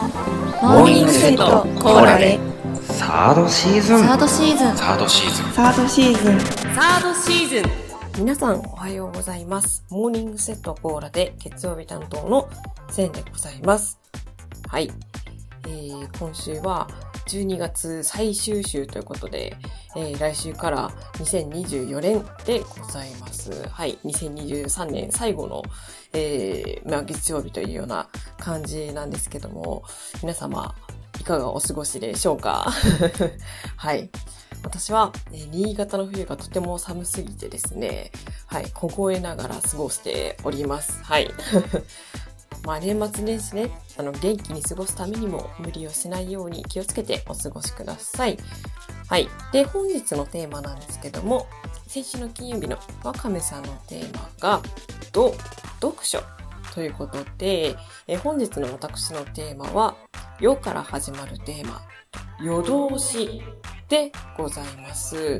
モーニングセットコーラでサードシーズン皆さんおはようございます。モーニングセットコーラで月曜日担当のセンでございます。はい、今週は12月最終週ということで、来週から2024年でございます。はい、2023年最後の、月曜日というような感じなんですけども、皆様いかがお過ごしでしょうかはい。私は、新潟の冬がとても寒すぎてですね、はい、凍えながら過ごしております。はい。年末年始ね、元気に過ごすためにも無理をしないように気をつけてお過ごしください。はい。で、本日のテーマなんですけども、先週の金曜日のわかめさんのテーマが、読書ということで、本日の私のテーマは、夜から始まるテーマ、夜通しでございます。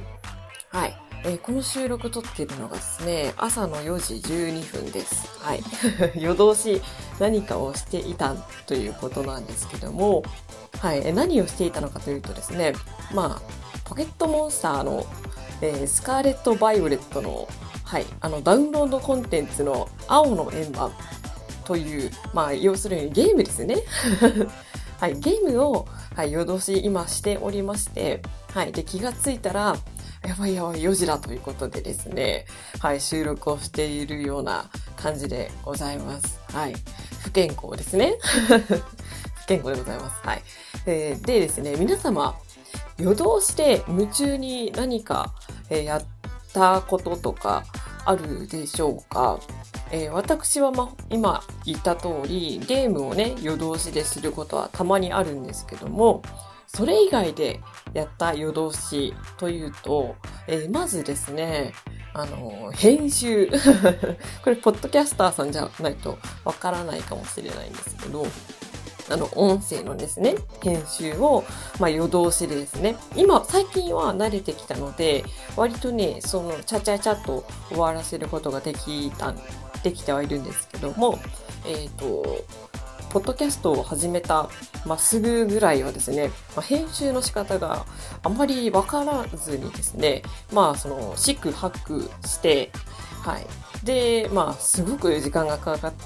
はい。この収録撮っているのがですね、朝の4時12分です。はい。夜通し何かをしていたということなんですけども、はい。何をしていたのかというとですね、ポケットモンスターの、スカーレット・バイオレットの、はい。ダウンロードコンテンツの青の円盤という、要するにゲームですね。はい。ゲームを、はい、夜通し今しておりまして、はい。で、気がついたら、やばい4時だということでですね、はい、収録をしているような感じでございます。はい。不健康ですね。不健康でございます。はい。でですね、皆様、夜通しで夢中に何か、やったこととかあるでしょうか？私は今言った通り、ゲームをね、夜通しですることはたまにあるんですけども、それ以外でやった夜通しというと、まずですね、編集。これ、ポッドキャスターさんじゃないとわからないかもしれないんですけど、音声のですね、編集を、夜通しでですね、最近は慣れてきたので、割とね、ちゃちゃちゃっと終わらせることができてはいるんですけども、ポッドキャストを始めた、すぐぐらいはですね、編集の仕方があまりわからずにですね、四苦八苦して、はい。で、すごく時間がかかって、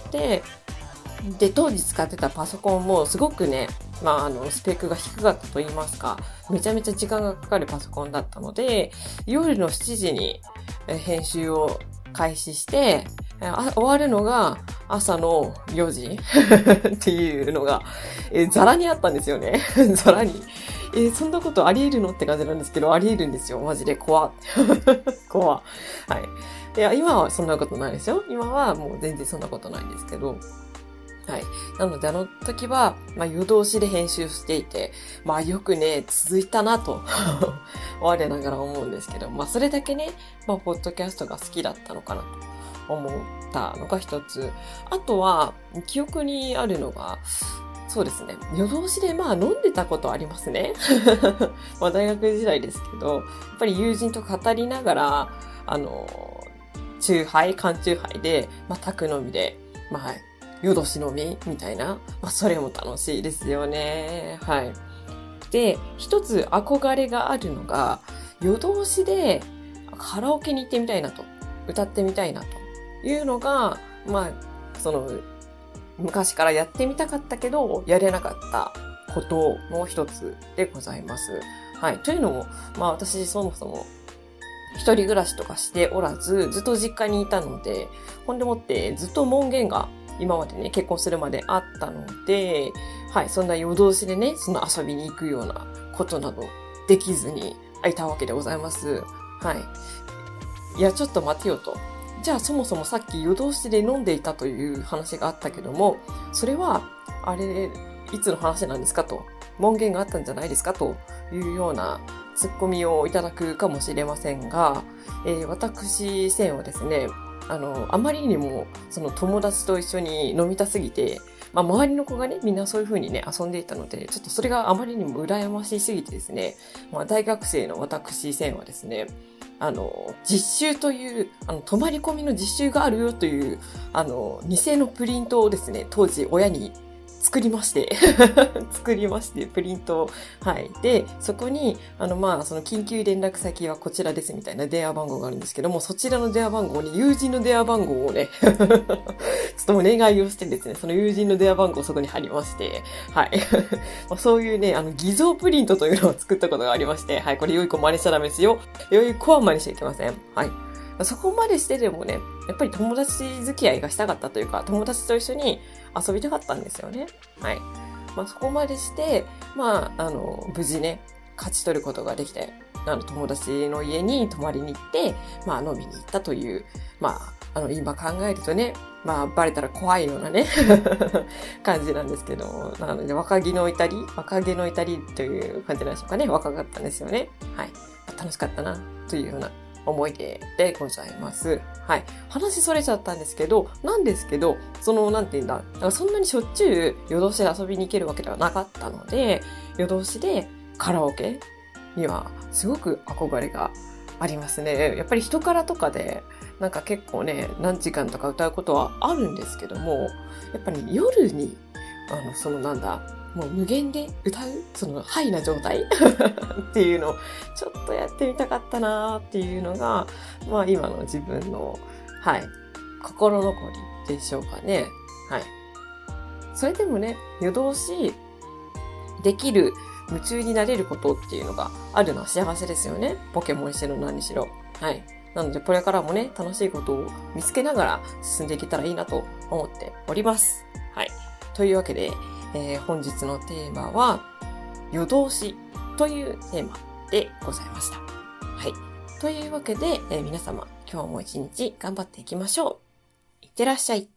で、当時使ってたパソコンもすごくね、スペックが低かったと言いますか、めちゃめちゃ時間がかかるパソコンだったので、夜の7時に編集を開始して、終わるのが朝の4時っていうのが、ざらにあったんですよね。ざらに。そんなことあり得るのって感じなんですけど、あり得るんですよ。マジで怖怖はい。いや、今はそんなことないですよ。今はもう全然そんなことないんですけど。はい。なのであの時は、夜通しで編集していて、よくね、続いたなと、我ながら思うんですけど、それだけね、ポッドキャストが好きだったのかなと思ったのが一つ。あとは、記憶にあるのが、そうですね、夜通しで飲んでたことありますね。大学時代ですけど、やっぱり友人と語りながら、缶チューハイで、宅飲みで、夜通し飲みみたいな。それも楽しいですよね。はい。で、一つ憧れがあるのが、夜通しでカラオケに行ってみたいなと、歌ってみたいなというのが、昔からやってみたかったけど、やれなかったことの一つでございます。はい。というのも、私そもそも、一人暮らしとかしておらず、ずっと実家にいたので、ほんでもってずっと門限が今までね、結婚するまであったので、はい、そんな夜通しでね、その遊びに行くようなことなどできずにいたわけでございます。はい。いや、ちょっと待てよと。じゃあそもそもさっき夜通しで飲んでいたという話があったけども、それは、いつの話なんですかと、門限があったんじゃないですかというようなツッコミをいただくかもしれませんが、私、センはですね、あまりにも、友達と一緒に飲みたすぎて、周りの子がね、みんなそういう風にね、遊んでいたので、ちょっとそれがあまりにも羨ましすぎてですね、大学生の私、センはですね、実習という、泊まり込みの実習があるよという、偽のプリントをですね、当時親に作りまして、プリントを。はい。で、そこに、その緊急連絡先はこちらですみたいな電話番号があるんですけども、そちらの電話番号に友人の電話番号をね、ちょっとお願いをしてですね、その友人の電話番号をそこに貼りまして、はい。そういうね、偽造プリントというのを作ったことがありまして、はい。これ良い子真似しちゃダメですよ。良い子は真似しちゃいけません。はい。そこまでしてでもね、やっぱり友達付き合いがしたかったというか、友達と一緒に遊びたかったんですよね。はい。そこまでして、無事ね、勝ち取ることができて、友達の家に泊まりに行って、飲みに行ったという、今考えるとね、バレたら怖いようなね、感じなんですけども、なので、若気の至りという感じなんでしょうかね。若かったんですよね。はい。楽しかったな、というような思い出でございます。はい。話それちゃったんですけど、そんなにしょっちゅう夜通しで遊びに行けるわけではなかったので、夜通しでカラオケにはすごく憧れがありますね。やっぱり人からとかで、結構ね、何時間とか歌うことはあるんですけども、やっぱり夜に、もう無限で歌うハイな状態っていうのをちょっとやってみたかったなーっていうのが、今の自分の、はい、心残りでしょうかね。はい。それでもね、夜通しできる夢中になれることっていうのがあるのは幸せですよね。ポケモンにしろ何にしろ。はい。なので、これからもね、楽しいことを見つけながら進んでいけたらいいなと思っております。はい。というわけで、本日のテーマは、夜通しというテーマでございました。はい。というわけで、皆様、今日も一日頑張っていきましょう。いってらっしゃい。